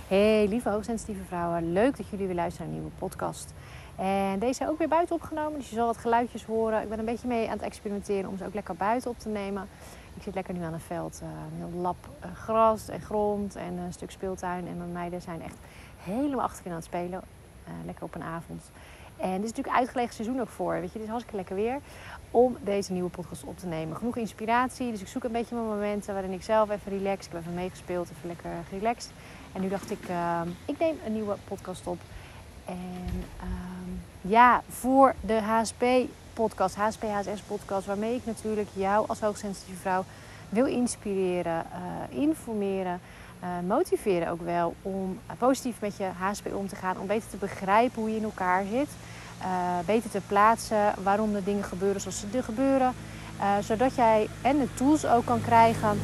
Hey lieve hoogsensitieve vrouwen, leuk dat jullie weer luisteren naar een nieuwe podcast. En deze ook weer buiten opgenomen, dus je zal wat geluidjes horen. Ik ben een beetje mee aan het experimenteren om ze ook lekker buiten op te nemen. Ik zit lekker nu aan een veld, een heel lap gras en grond en een stuk speeltuin. En mijn meiden zijn echt helemaal achterin aan het spelen, lekker op een avond. En dit is natuurlijk uitgelegen seizoen ook voor, weet je, het is hartstikke lekker weer om deze nieuwe podcast op te nemen. Genoeg inspiratie, dus ik zoek een beetje mijn momenten waarin ik zelf even relax. Ik heb even meegespeeld, even lekker gerelaxed. En nu dacht ik neem een nieuwe podcast op. En voor de HSP-podcast, HSP-HSS-podcast, waarmee ik natuurlijk jou als hoogsensitieve vrouw wil inspireren, informeren, motiveren ook wel om positief met je HSP om te gaan. Om beter te begrijpen hoe je in elkaar zit. Beter te plaatsen waarom de dingen gebeuren zoals ze er gebeuren. Zodat jij de tools ook kan krijgen.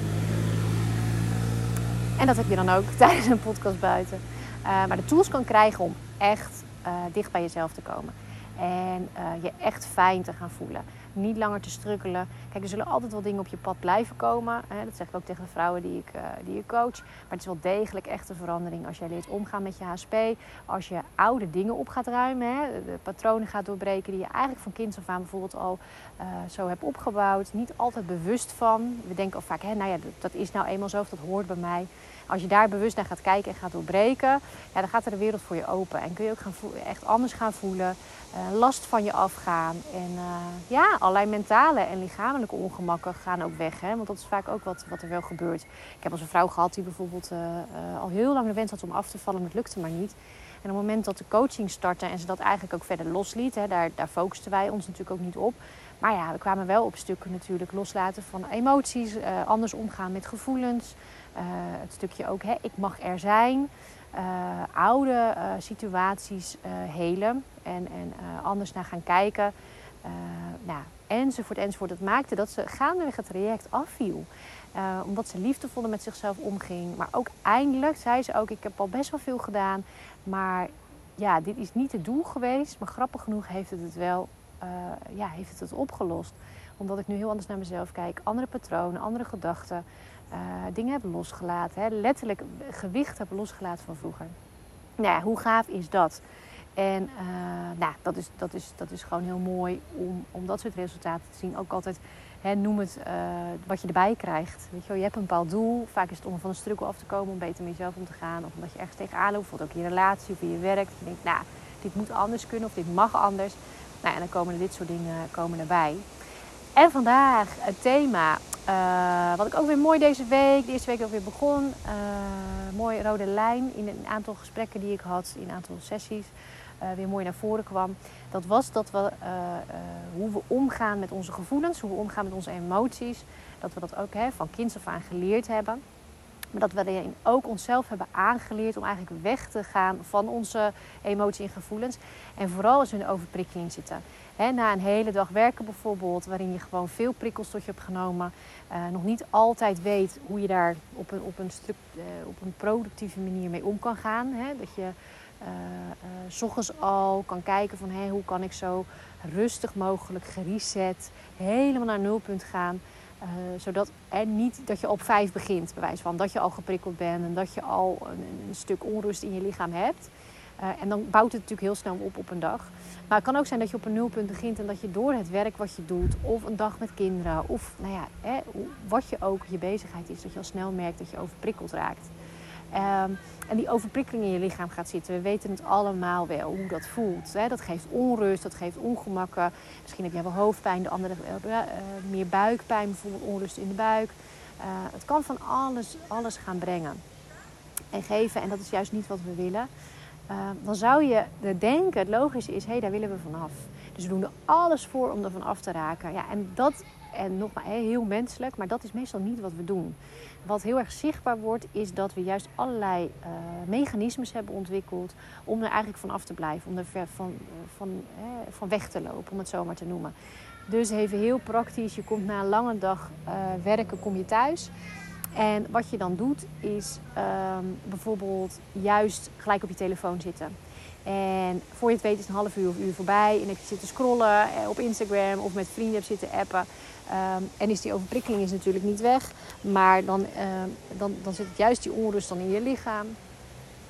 En dat heb je dan ook tijdens een podcast buiten. Maar de tools kan krijgen om echt dicht bij jezelf te komen. En je echt fijn te gaan voelen. Niet langer te struggelen. Kijk, er zullen altijd wel dingen op je pad blijven komen. Dat zeg ik ook tegen de vrouwen die ik coach. Maar het is wel degelijk echt een verandering als jij leert omgaan met je HSP. Als je oude dingen op gaat ruimen. De patronen gaat doorbreken die je eigenlijk van kinds af aan bijvoorbeeld al zo hebt opgebouwd. Niet altijd bewust van. We denken al vaak, dat is nou eenmaal zo of dat hoort bij mij. Als je daar bewust naar gaat kijken en gaat doorbreken, dan gaat er de wereld voor je open. En kun je ook echt anders gaan voelen. Last van je afgaan. En allerlei mentale en lichamelijke ongemakken gaan ook weg. Hè? Want dat is vaak ook wat er wel gebeurt. Ik heb als een vrouw gehad die bijvoorbeeld al heel lang de wens had om af te vallen. Maar het lukte maar niet. En op het moment dat de coaching startte en ze dat eigenlijk ook verder losliet. Hè, daar focusten wij ons natuurlijk ook niet op. Maar ja, we kwamen wel op stukken natuurlijk loslaten van emoties. Anders omgaan met gevoelens. Het stukje ook, ik mag er zijn. Oude situaties helen en anders naar gaan kijken. Enzovoort. Dat maakte dat ze gaandeweg het traject afviel. Omdat ze liefdevoller met zichzelf omging. Maar ook eindelijk zei ze ook, ik heb al best wel veel gedaan. Maar ja, dit is niet het doel geweest. Maar grappig genoeg heeft het wel heeft het opgelost. Omdat ik nu heel anders naar mezelf kijk. Andere patronen, andere gedachten. Dingen hebben losgelaten. Hè? Letterlijk gewicht hebben losgelaten van vroeger. Nou ja, hoe gaaf is dat? En dat is gewoon heel mooi om dat soort resultaten te zien. Ook altijd, noem het wat je erbij krijgt. Weet je wel, je hebt een bepaald doel. Vaak is het om van een struggle af te komen, om beter met jezelf om te gaan. Of omdat je ergens tegenaan loopt, bijvoorbeeld ook in je relatie of in je werk. Dat je denkt, dit moet anders kunnen of dit mag anders. Nou, en dan komen er dit soort dingen erbij. En vandaag het thema, wat ik ook weer mooi deze week, de eerste week ook weer begon. Mooi rode lijn in een aantal gesprekken die ik had, in een aantal sessies, weer mooi naar voren kwam. Dat was dat we, hoe we omgaan met onze gevoelens, hoe we omgaan met onze emoties. Dat we dat ook van kinds af aan geleerd hebben. Maar dat we erin ook onszelf hebben aangeleerd om eigenlijk weg te gaan van onze emoties en gevoelens. En vooral als we in de overprikkeling zitten. Na een hele dag werken bijvoorbeeld, waarin je gewoon veel prikkels tot je hebt genomen. Nog niet altijd weet hoe je daar op een productieve manier mee om kan gaan. Dat je 's ochtends al kan kijken van hoe kan ik zo rustig mogelijk gereset, helemaal naar nulpunt gaan. Zodat niet dat je op 5 begint, bij wijze van dat je al geprikkeld bent en dat je al een stuk onrust in je lichaam hebt. En dan bouwt het natuurlijk heel snel op een dag. Maar het kan ook zijn dat je op een nulpunt begint en dat je door het werk wat je doet, of een dag met kinderen, of wat je ook je bezigheid is, dat je al snel merkt dat je overprikkeld raakt. En die overprikkeling in je lichaam gaat zitten. We weten het allemaal wel, hoe dat voelt. Dat geeft onrust, dat geeft ongemakken. Misschien heb je wel hoofdpijn, de andere meer buikpijn, bijvoorbeeld onrust in de buik. Het kan van alles gaan brengen en geven. En dat is juist niet wat we willen. Dan zou je denken, het logische is, daar willen we vanaf. Dus we doen er alles voor om er van af te raken. Ja, en nogmaals, heel menselijk, maar dat is meestal niet wat we doen. Wat heel erg zichtbaar wordt, is dat we juist allerlei mechanismes hebben ontwikkeld om er eigenlijk van af te blijven, om er van weg te lopen, om het zo maar te noemen. Dus even heel praktisch, je komt na een lange dag werken, kom je thuis. En wat je dan doet, is bijvoorbeeld juist gelijk op je telefoon zitten. En voor je het weet is een half uur of uur voorbij. En heb je zitten scrollen op Instagram of met vrienden hebt zitten appen. En is die overprikkeling is natuurlijk niet weg. Maar dan zit het juist die onrust dan in je lichaam.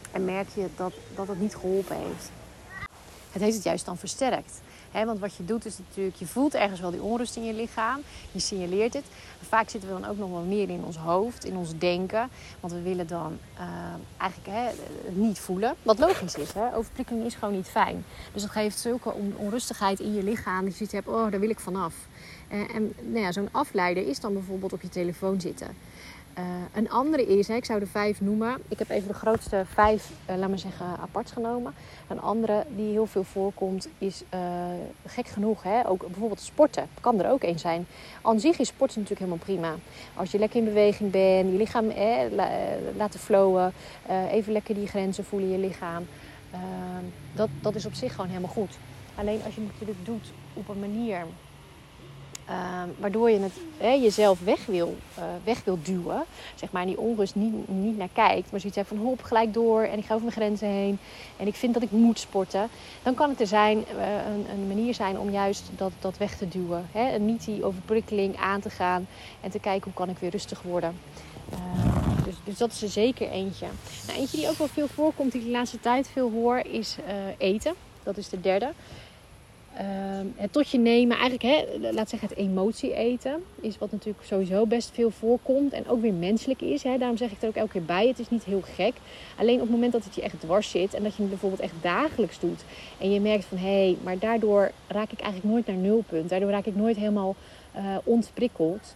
En merk je dat het niet geholpen heeft. Het heeft het juist dan versterkt. Want wat je doet is natuurlijk, je voelt ergens wel die onrust in je lichaam. Je signaleert het. Vaak zitten we dan ook nog wel meer in ons hoofd, in ons denken. Want we willen dan eigenlijk niet voelen. Wat logisch is. Overprikkeling is gewoon niet fijn. Dus dat geeft zulke onrustigheid in je lichaam. Dat je ziet, daar wil ik vanaf. Zo'n afleider is dan bijvoorbeeld op je telefoon zitten. Een andere is, ik zou er 5 noemen. Ik heb even de grootste 5, apart genomen. Een andere die heel veel voorkomt is, gek genoeg, ook bijvoorbeeld sporten. Kan er ook een zijn. Aan zich is sporten natuurlijk helemaal prima. Als je lekker in beweging bent, je lichaam laten flowen. Even lekker die grenzen voelen in je lichaam. Dat is op zich gewoon helemaal goed. Alleen als je het natuurlijk doet op een manier waardoor je het jezelf weg wil duwen. Zeg maar, en die onrust niet naar kijkt. Maar zoiets hebt van hop, gelijk door. En ik ga over mijn grenzen heen. En ik vind dat ik moet sporten. Dan kan het een manier zijn om juist dat weg te duwen. En niet die overprikkeling aan te gaan. En te kijken hoe kan ik weer rustig worden. Dus dat is er zeker eentje. Nou, eentje die ook wel veel voorkomt, die ik de laatste tijd veel hoor, is eten. Dat is de derde. Het tot je nemen, eigenlijk laat zeggen het emotie eten, is wat natuurlijk sowieso best veel voorkomt en ook weer menselijk is. Daarom zeg ik er ook elke keer bij, het is niet heel gek. Alleen op het moment dat het je echt dwars zit en dat je het bijvoorbeeld echt dagelijks doet en je merkt van maar daardoor raak ik eigenlijk nooit naar nulpunt. Daardoor raak ik nooit helemaal ontprikkeld.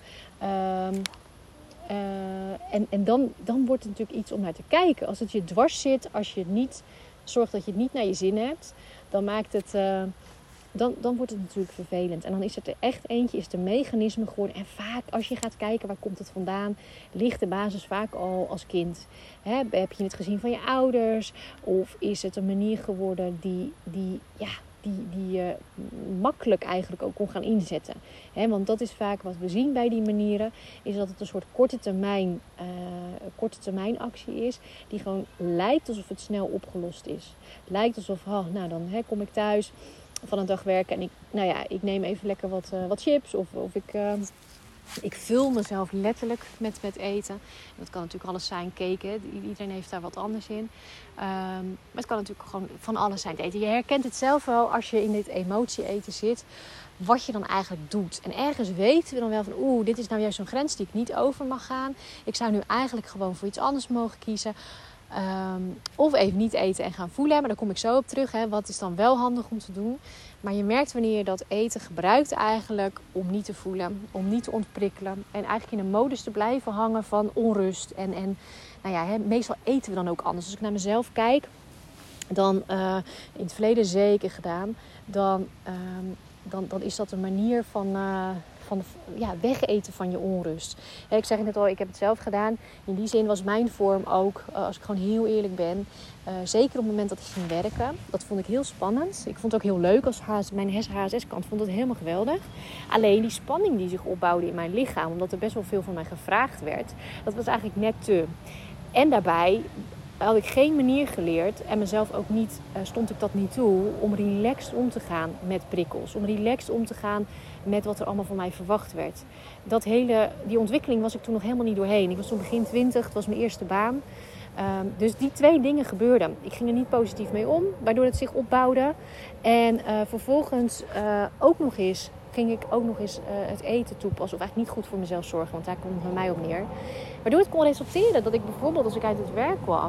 En dan wordt het natuurlijk iets om naar te kijken. Als het je dwars zit, als je niet zorgt dat je het niet naar je zin hebt, dan maakt het... Dan wordt het natuurlijk vervelend. En dan is het er echt eentje, is het een mechanisme geworden. En vaak, als je gaat kijken waar komt het vandaan, ligt de basis vaak al als kind. Heb je het gezien van je ouders? Of is het een manier geworden die je makkelijk eigenlijk ook kon gaan inzetten. Want dat is vaak wat we zien bij die manieren, is dat het een soort korte termijn actie is, die gewoon lijkt alsof het snel opgelost is. Lijkt alsof, dan kom ik thuis van een dag werken en ik neem even lekker wat chips of ik vul mezelf letterlijk met eten. Dat kan natuurlijk alles zijn, cake. Iedereen heeft daar wat anders in. Maar het kan natuurlijk gewoon van alles zijn, het eten. Je herkent het zelf wel als je in dit emotie eten zit. Wat je dan eigenlijk doet. En ergens weten we dan wel van dit is nou juist zo'n grens die ik niet over mag gaan. Ik zou nu eigenlijk gewoon voor iets anders mogen kiezen. Of even niet eten en gaan voelen. Maar daar kom ik zo op terug. Wat is dan wel handig om te doen? Maar je merkt wanneer je dat eten gebruikt eigenlijk om niet te voelen. Om niet te ontprikkelen. En eigenlijk in een modus te blijven hangen van onrust. En meestal eten we dan ook anders. Als ik naar mezelf kijk. Dan in het verleden zeker gedaan. Dan is dat een manier van wegeten van je onrust. Ik zeg net al, ik heb het zelf gedaan. In die zin was mijn vorm ook, als ik gewoon heel eerlijk ben, zeker op het moment dat ik ging werken. Dat vond ik heel spannend. Ik vond het ook heel leuk als mijn HSS-kant vond het helemaal geweldig. Alleen die spanning die zich opbouwde in mijn lichaam, omdat er best wel veel van mij gevraagd werd, dat was eigenlijk net te. En daarbij had ik geen manier geleerd en mezelf ook niet, stond ik dat niet toe, om relaxed om te gaan met prikkels. Om relaxed om te gaan met wat er allemaal van mij verwacht werd. Die ontwikkeling was ik toen nog helemaal niet doorheen. Ik was toen begin 20, het was mijn eerste baan. Dus die 2 dingen gebeurden. Ik ging er niet positief mee om, waardoor het zich opbouwde. En vervolgens ging ik ook nog eens het eten toepassen. Of eigenlijk niet goed voor mezelf zorgen, want daar komt het bij mij op neer. Waardoor het kon resulteren dat ik bijvoorbeeld, als ik uit het werk kwam,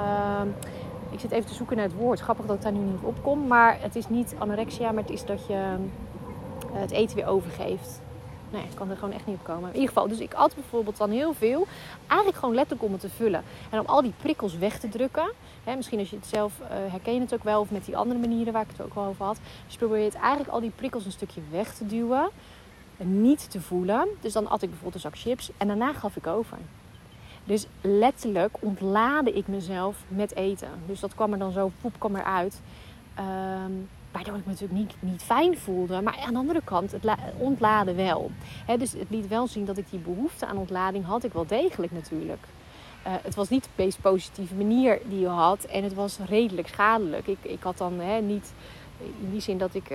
ik zit even te zoeken naar het woord. Grappig dat ik daar nu niet op kom. Maar het is niet anorexia, maar het is dat je het eten weer overgeeft. Nee, ik kan er gewoon echt niet op komen. In ieder geval, dus ik at bijvoorbeeld dan heel veel. Eigenlijk gewoon letterlijk om het te vullen. En om al die prikkels weg te drukken. Misschien als je het zelf herken je het ook wel. Of met die andere manieren waar ik het ook wel over had. Dus probeer je het eigenlijk al die prikkels een stukje weg te duwen. En niet te voelen. Dus dan at ik bijvoorbeeld een zak chips. En daarna gaf ik over. Dus letterlijk ontlaadde ik mezelf met eten. Dus dat kwam er dan zo, kwam eruit. Waardoor ik me natuurlijk niet fijn voelde. Maar aan de andere kant, het ontladen wel. Dus het liet wel zien dat ik die behoefte aan ontlading had ik wel degelijk natuurlijk. Het was niet de meest positieve manier die je had. En het was redelijk schadelijk. Ik had dan niet in die zin dat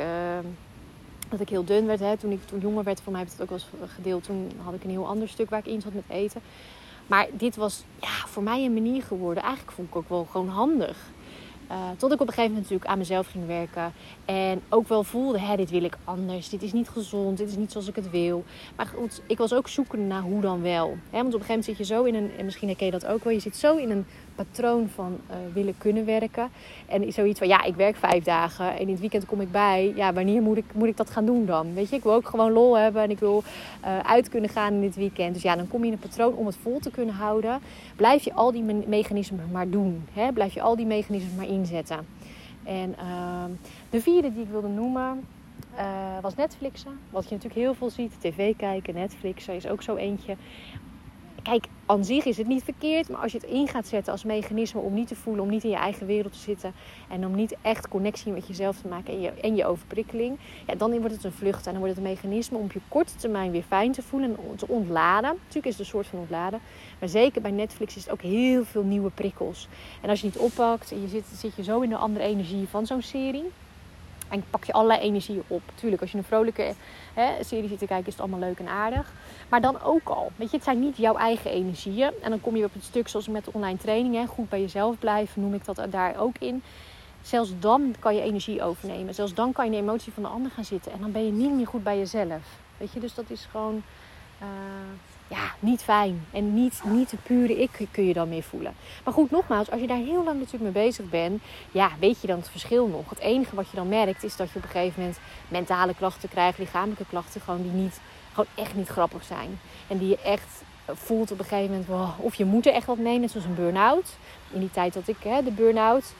ik heel dun werd. Toen ik jonger werd, voor mij heb ik het ook wel eens gedeeld. Toen had ik een heel ander stuk waar ik in zat met eten. Maar dit was voor mij een manier geworden. Eigenlijk vond ik ook wel gewoon handig. Tot ik op een gegeven moment natuurlijk aan mezelf ging werken. En ook wel voelde, dit wil ik anders. Dit is niet gezond. Dit is niet zoals ik het wil. Maar goed, ik was ook zoekende naar hoe dan wel. Want op een gegeven moment zit je zo in een... En misschien herken je dat ook wel. Je zit zo in een patroon van willen kunnen werken. En zoiets van, ik werk 5 dagen. En in het weekend kom ik bij. Ja, wanneer moet ik dat gaan doen dan? Weet je, ik wil ook gewoon lol hebben. En ik wil uit kunnen gaan in dit weekend. Dus dan kom je in een patroon om het vol te kunnen houden. Blijf je al die mechanismen maar doen. Blijf je al die mechanismen maar inzetten. En de 4e die ik wilde noemen was Netflixen. Wat je natuurlijk heel veel ziet. TV kijken, Netflixen is ook zo eentje. Kijk, aan zich is het niet verkeerd. Maar als je het in gaat zetten als mechanisme om niet te voelen, om niet in je eigen wereld te zitten. En om niet echt connectie met jezelf te maken en je overprikkeling. Ja, dan wordt het een vlucht. En dan wordt het een mechanisme om op je korte termijn weer fijn te voelen en te ontladen. Natuurlijk is het een soort van ontladen. Maar zeker bij Netflix is het ook heel veel nieuwe prikkels. En als je niet oppakt en zit je zo in de andere energie van zo'n serie. En pak je allerlei energieën op. Tuurlijk, als je een vrolijke serie zit te kijken, is het allemaal leuk en aardig. Maar dan ook al. Weet je, het zijn niet jouw eigen energieën. En dan kom je op het stuk zoals met de online training. Goed bij jezelf blijven, noem ik dat daar ook in. Zelfs dan kan je energie overnemen. Zelfs dan kan je in de emotie van de ander gaan zitten. En dan ben je niet meer goed bij jezelf. Weet je, dus dat is gewoon... niet fijn. En niet de pure ik kun je dan meer voelen. Maar goed, nogmaals, als je daar heel lang natuurlijk mee bezig bent, weet je dan het verschil nog. Het enige wat je dan merkt is dat je op een gegeven moment mentale klachten krijgt, lichamelijke klachten, gewoon echt niet grappig zijn. En die je echt voelt op een gegeven moment, wow, of je moet er echt wat mee, net zoals een burn-out. In die tijd dat ik de burn-out...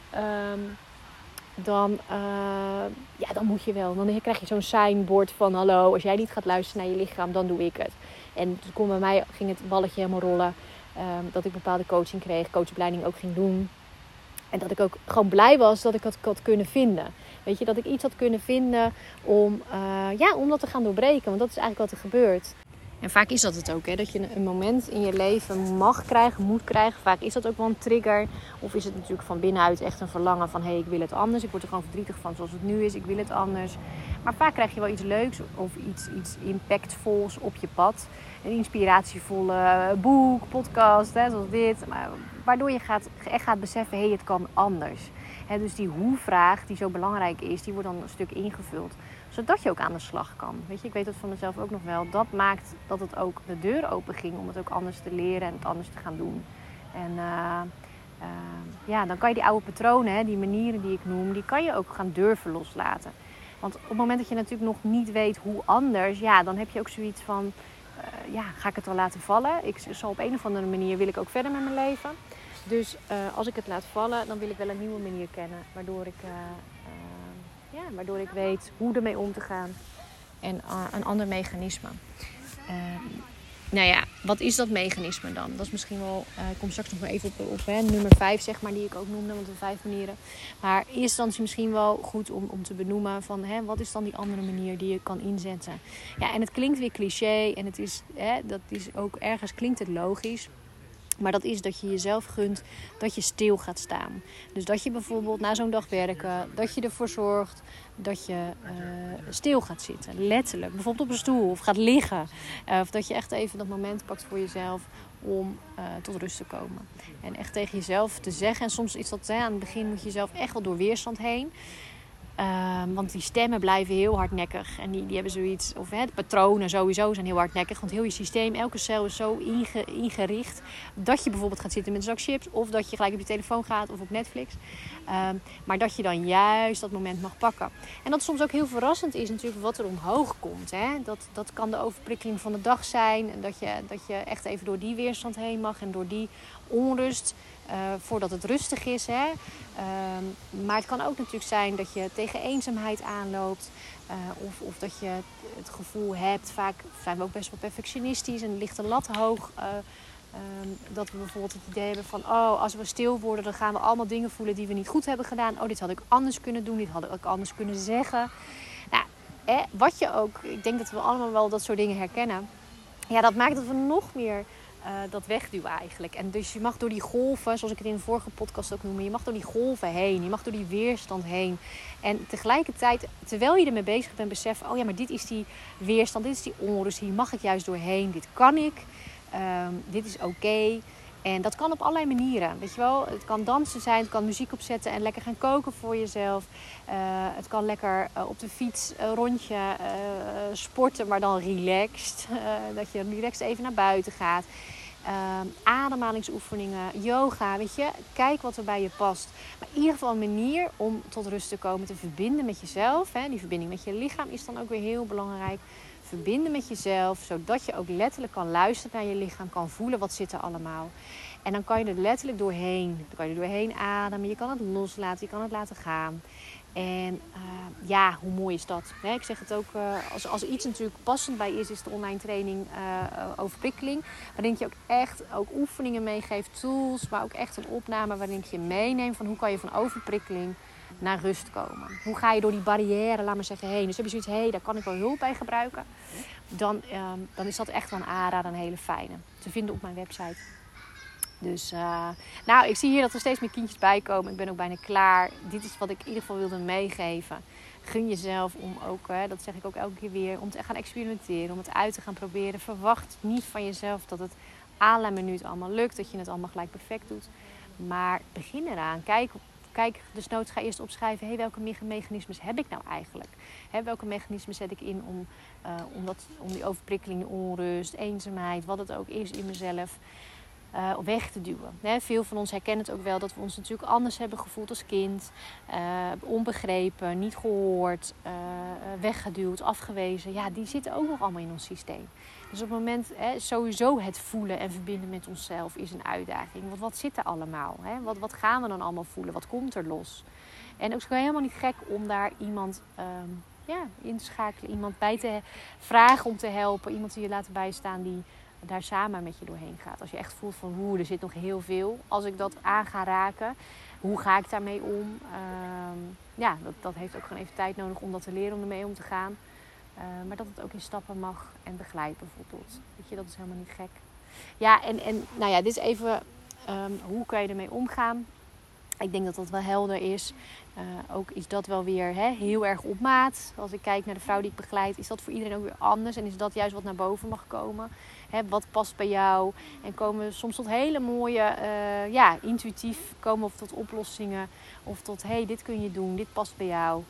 Dan moet je wel. Dan krijg je zo'n signboard van hallo, als jij niet gaat luisteren naar je lichaam, dan doe ik het. En toen bij mij ging het balletje helemaal rollen. Dat ik bepaalde coaching kreeg, coachopleiding ook ging doen. En dat ik ook gewoon blij was dat ik het had kunnen vinden. Weet je, dat ik iets had kunnen vinden om dat te gaan doorbreken. Want dat is eigenlijk wat er gebeurt. En vaak is dat het ook, dat je een moment in je leven mag krijgen, moet krijgen. Vaak is dat ook wel een trigger. Of is het natuurlijk van binnenuit echt een verlangen van... ik wil het anders. Ik word er gewoon verdrietig van zoals het nu is. Ik wil het anders. Maar vaak krijg je wel iets leuks of iets impactvols op je pad. Een inspiratievolle boek, podcast, zoals dit. Waardoor je echt gaat beseffen, het kan anders. Dus die hoe-vraag die zo belangrijk is, die wordt dan een stuk ingevuld. Zodat je ook aan de slag kan. Weet je, ik weet dat van mezelf ook nog wel. Dat maakt dat het ook de deur open ging om het ook anders te leren en het anders te gaan doen. En dan kan je die oude patronen, die manieren die ik noem, die kan je ook gaan durven loslaten. Want op het moment dat je natuurlijk nog niet weet hoe anders, dan heb je ook zoiets van, ga ik het wel laten vallen? Ik zal op een of andere manier, wil ik ook verder met mijn leven. Dus als ik het laat vallen, dan wil ik wel een nieuwe manier kennen, waardoor ik weet hoe ermee om te gaan. En een ander mechanisme. Wat is dat mechanisme dan? Dat is misschien wel... ik kom straks nog maar even op nummer 5, zeg maar, die ik ook noemde. Want er 5 manieren. Maar in eerste instantie misschien wel goed om te benoemen van... wat is dan die andere manier die je kan inzetten? Ja, en het klinkt weer cliché. En het is, dat is ook ergens klinkt het logisch. Maar dat is dat je jezelf gunt dat je stil gaat staan. Dus dat je bijvoorbeeld na zo'n dag werken, dat je ervoor zorgt dat je stil gaat zitten. Letterlijk. Bijvoorbeeld op een stoel of gaat liggen. Of dat je echt even dat moment pakt voor jezelf om tot rust te komen. En echt tegen jezelf te zeggen. En soms is dat aan het begin moet je jezelf echt wel door weerstand heen. Want die stemmen blijven heel hardnekkig. En die hebben zoiets... de patronen sowieso zijn heel hardnekkig. Want heel je systeem, elke cel is zo ingericht... dat je bijvoorbeeld gaat zitten met een zak chips... of dat je gelijk op je telefoon gaat of op Netflix. Maar dat je dan juist dat moment mag pakken. En dat soms ook heel verrassend is natuurlijk wat er omhoog komt. Dat kan de overprikkeling van de dag zijn. En dat je echt even door die weerstand heen mag. En door die onrust... voordat het rustig is. Maar het kan ook natuurlijk zijn dat je tegen eenzaamheid aanloopt. Of dat je het gevoel hebt. Vaak zijn we ook best wel perfectionistisch. En ligt de lat hoog. Dat we bijvoorbeeld het idee hebben van... als we stil worden, dan gaan we allemaal dingen voelen die we niet goed hebben gedaan. Dit had ik anders kunnen doen. Dit had ik anders kunnen zeggen. Nou, wat je ook... Ik denk dat we allemaal wel dat soort dingen herkennen. Ja, dat maakt dat we nog meer... dat wegduwen eigenlijk. En dus je mag door die golven, zoals ik het in de vorige podcast ook noemde, je mag door die golven heen, je mag door die weerstand heen. En tegelijkertijd, terwijl je ermee bezig bent, beseffen, maar dit is die weerstand, dit is die onrust, hier mag ik juist doorheen, dit kan ik. Dit is oké. En dat kan op allerlei manieren, weet je wel. Het kan dansen zijn, het kan muziek opzetten en lekker gaan koken voor jezelf. Het kan lekker op de fiets een rondje sporten, maar dan relaxed. Dat je relaxed even naar buiten gaat. Ademhalingsoefeningen, yoga, weet je. Kijk wat er bij je past. Maar in ieder geval een manier om tot rust te komen, te verbinden met jezelf. Hè. Die verbinding met je lichaam is dan ook weer heel belangrijk. Verbinden met jezelf, zodat je ook letterlijk kan luisteren naar je lichaam, kan voelen wat zit er allemaal. En dan kan je er letterlijk doorheen. Dan kan je er doorheen ademen, je kan het loslaten, je kan het laten gaan. En hoe mooi is dat? Ik zeg het ook, als iets natuurlijk passend bij is de online training overprikkeling. Waarin ik je ook echt oefeningen meegeeft, tools, maar ook echt een opname waarin ik je meeneem van hoe kan je van overprikkeling naar rust komen. Hoe ga je door die barrière, laat maar zeggen, heen. Dus heb je zoiets, daar kan ik wel hulp bij gebruiken. Dan is dat echt wel een aanrader, een hele fijne. Te vinden op mijn website. Dus ik zie hier dat er steeds meer kindjes bij komen. Ik ben ook bijna klaar. Dit is wat ik in ieder geval wilde meegeven. Gun jezelf om ook, dat zeg ik ook elke keer weer, om te gaan experimenteren. Om het uit te gaan proberen. Verwacht niet van jezelf dat het à la minuut allemaal lukt. Dat je het allemaal gelijk perfect doet. Maar begin eraan. Kijk, desnoods ga eerst opschrijven, welke mechanismes heb ik nou eigenlijk? Welke mechanismes zet ik in om die overprikkeling, onrust, eenzaamheid, wat het ook is in mezelf, weg te duwen. Veel van ons herkennen het ook wel dat we ons natuurlijk anders hebben gevoeld als kind. Onbegrepen, niet gehoord, weggeduwd, afgewezen. Ja, die zitten ook nog allemaal in ons systeem. Dus op het moment, sowieso het voelen en verbinden met onszelf is een uitdaging. Want wat zit er allemaal? Wat gaan we dan allemaal voelen? Wat komt er los? En ook is helemaal niet gek om daar iemand in te schakelen. Iemand bij te vragen om te helpen. Iemand die je laat bijstaan die daar samen met je doorheen gaat. Als je echt voelt van, er zit nog heel veel. Als ik dat aan ga raken, hoe ga ik daarmee om? Dat heeft ook gewoon even tijd nodig om dat te leren, om ermee om te gaan. Maar dat het ook in stappen mag en begeleid bijvoorbeeld. Weet je, dat is helemaal niet gek. Ja, en dit is even hoe kan je ermee omgaan. Ik denk dat dat wel helder is. Ook is dat wel weer heel erg op maat. Als ik kijk naar de vrouw die ik begeleid, is dat voor iedereen ook weer anders. En is dat juist wat naar boven mag komen. Wat past bij jou. En komen we soms tot hele mooie, intuïtief komen we tot oplossingen. Of tot, dit kun je doen, dit past bij jou.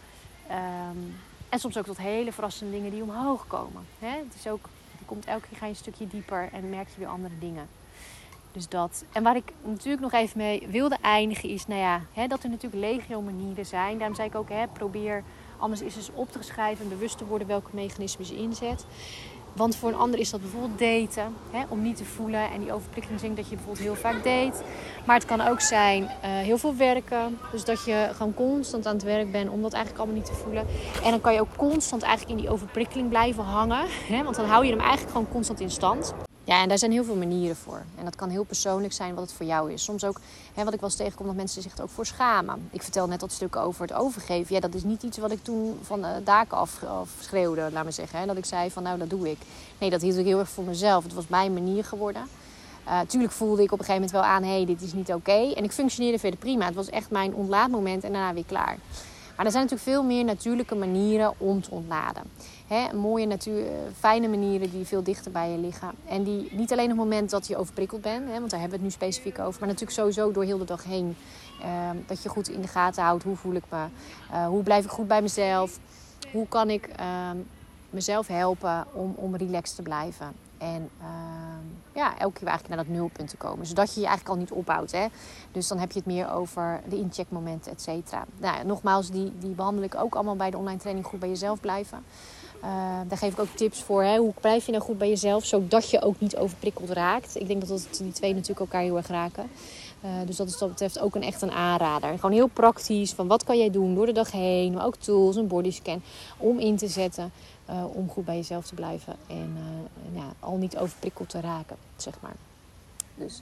En soms ook tot hele verrassende dingen die omhoog komen. Het is ook, je komt elke keer ga je een stukje dieper en merk je weer andere dingen. Dus dat. En waar ik natuurlijk nog even mee wilde eindigen is, dat er natuurlijk legio manieren zijn. Daarom zei ik ook, probeer anders eens op te schrijven en bewust te worden welke mechanismen je inzet. Want voor een ander is dat bijvoorbeeld daten, om niet te voelen. En die overprikkeling denk dat je bijvoorbeeld heel vaak date. Maar het kan ook zijn heel veel werken. Dus dat je gewoon constant aan het werk bent om dat eigenlijk allemaal niet te voelen. En dan kan je ook constant eigenlijk in die overprikkeling blijven hangen. Want dan hou je hem eigenlijk gewoon constant in stand. Ja, en daar zijn heel veel manieren voor. En dat kan heel persoonlijk zijn wat het voor jou is. Soms ook, wat ik wel eens tegenkom, dat mensen zich er ook voor schamen. Ik vertel net dat stuk over het overgeven. Ja, dat is niet iets wat ik toen van de daken af schreeuwde, laat maar zeggen. Dat ik zei van, dat doe ik. Nee, dat hield ik heel erg voor mezelf. Het was mijn manier geworden. Tuurlijk voelde ik op een gegeven moment wel aan, dit is niet oké. En ik functioneerde verder prima. Het was echt mijn ontlaatmoment en daarna weer klaar. Maar er zijn natuurlijk veel meer natuurlijke manieren om te ontladen. Mooie, fijne manieren die veel dichter bij je liggen. En die niet alleen op het moment dat je overprikkeld bent, want daar hebben we het nu specifiek over. Maar natuurlijk sowieso door heel de dag heen. Dat je goed in de gaten houdt, hoe voel ik me? Hoe blijf ik goed bij mezelf? Hoe kan ik mezelf helpen om relaxed te blijven? En elke keer eigenlijk naar dat nulpunt te komen. Zodat je eigenlijk al niet ophoudt. Dus dan heb je het meer over de incheckmomenten, et cetera. Nogmaals, die behandel ik ook allemaal bij de online training Goed bij Jezelf blijven. Daar geef ik ook tips voor. Hoe blijf je nou goed bij jezelf, zodat je ook niet overprikkeld raakt. Ik denk dat die twee natuurlijk elkaar heel erg raken. Dus dat is wat betreft ook echt een aanrader. Gewoon heel praktisch, van wat kan jij doen door de dag heen. Maar ook tools, een bodyscan, om in te zetten. Om goed bij jezelf te blijven. En al niet overprikkeld te raken, zeg maar. Dus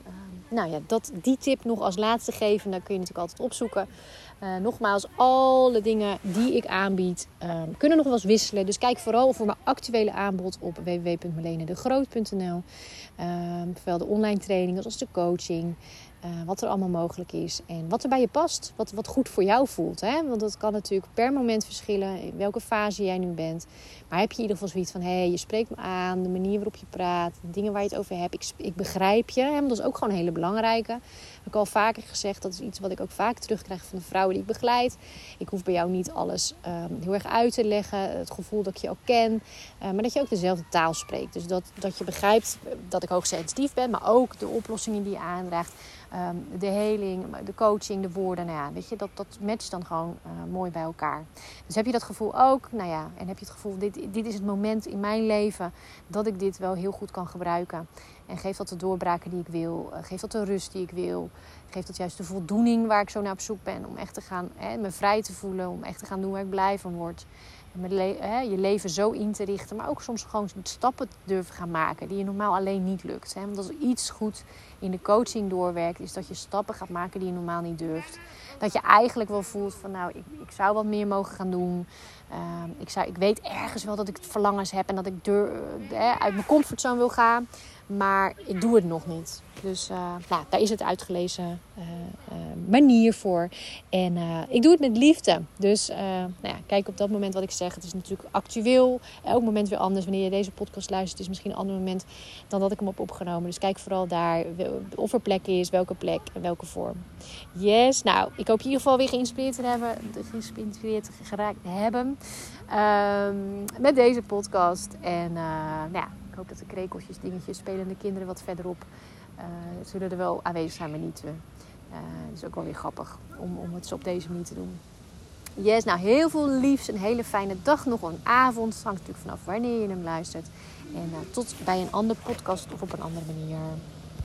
die tip nog als laatste geven. Daar kun je natuurlijk altijd opzoeken. Nogmaals, alle dingen die ik aanbied kunnen nog wel eens wisselen. Dus kijk vooral voor mijn actuele aanbod op www.marlenedegroot.nl. Zowel de online trainingen als de coaching. Wat er allemaal mogelijk is. En wat er bij je past. Wat goed voor jou voelt. Hè? Want dat kan natuurlijk per moment verschillen. In welke fase jij nu bent. Maar heb je in ieder geval zoiets van... je spreekt me aan. De manier waarop je praat. De dingen waar je het over hebt. Ik begrijp je. Hè? Want dat is ook gewoon een hele belangrijke. Heb ik al vaker gezegd. Dat is iets wat ik ook vaak terugkrijg van de vrouwen die ik begeleid. Ik hoef bij jou niet alles heel erg uit te leggen. Het gevoel dat ik je ook ken. Maar dat je ook dezelfde taal spreekt. Dus dat je begrijpt dat ik hoogsensitief ben. Maar ook de oplossingen die je aandraagt. De heling, de coaching, de woorden. Nou ja, weet je, dat matcht dan gewoon mooi bij elkaar. Dus heb je dat gevoel ook? Nou ja, en heb je het gevoel, dit is het moment in mijn leven dat ik dit wel heel goed kan gebruiken. En geeft dat de doorbraken die ik wil. Geeft dat de rust die ik wil. Geeft dat juist de voldoening waar ik zo naar op zoek ben. Om echt te gaan, me vrij te voelen. Om echt te gaan doen waar ik blij van word. Je leven zo in te richten. Maar ook soms gewoon stappen te durven gaan maken. Die je normaal alleen niet lukt. Hè? Want als er iets goed in de coaching doorwerkt. Is dat je stappen gaat maken die je normaal niet durft. Dat je eigenlijk wel voelt van ik zou wat meer mogen gaan doen. Ik weet ergens wel dat ik verlangens heb. En dat ik uit mijn comfortzone wil gaan. Maar ik doe het nog niet. Dus daar is het uitgelezen manier voor. En ik doe het met liefde. Dus kijk op dat moment wat ik zeg. Het is natuurlijk actueel. Elk moment weer anders. Wanneer je deze podcast luistert is misschien een ander moment dan dat ik hem heb opgenomen. Dus kijk vooral daar of er plek is, welke plek en welke vorm. Yes, nou, ik hoop je in ieder geval weer geïnspireerd geraakt hebben met deze podcast. En ik hoop dat de krekeltjes, dingetjes, spelende kinderen wat verderop zullen er wel aanwezig zijn, maar niet. Het is ook wel weer grappig om het zo op deze manier te doen. Yes, nou heel veel liefs. Een hele fijne dag nog, een avond. Het hangt natuurlijk vanaf wanneer je hem luistert. En tot bij een andere podcast of op een andere manier.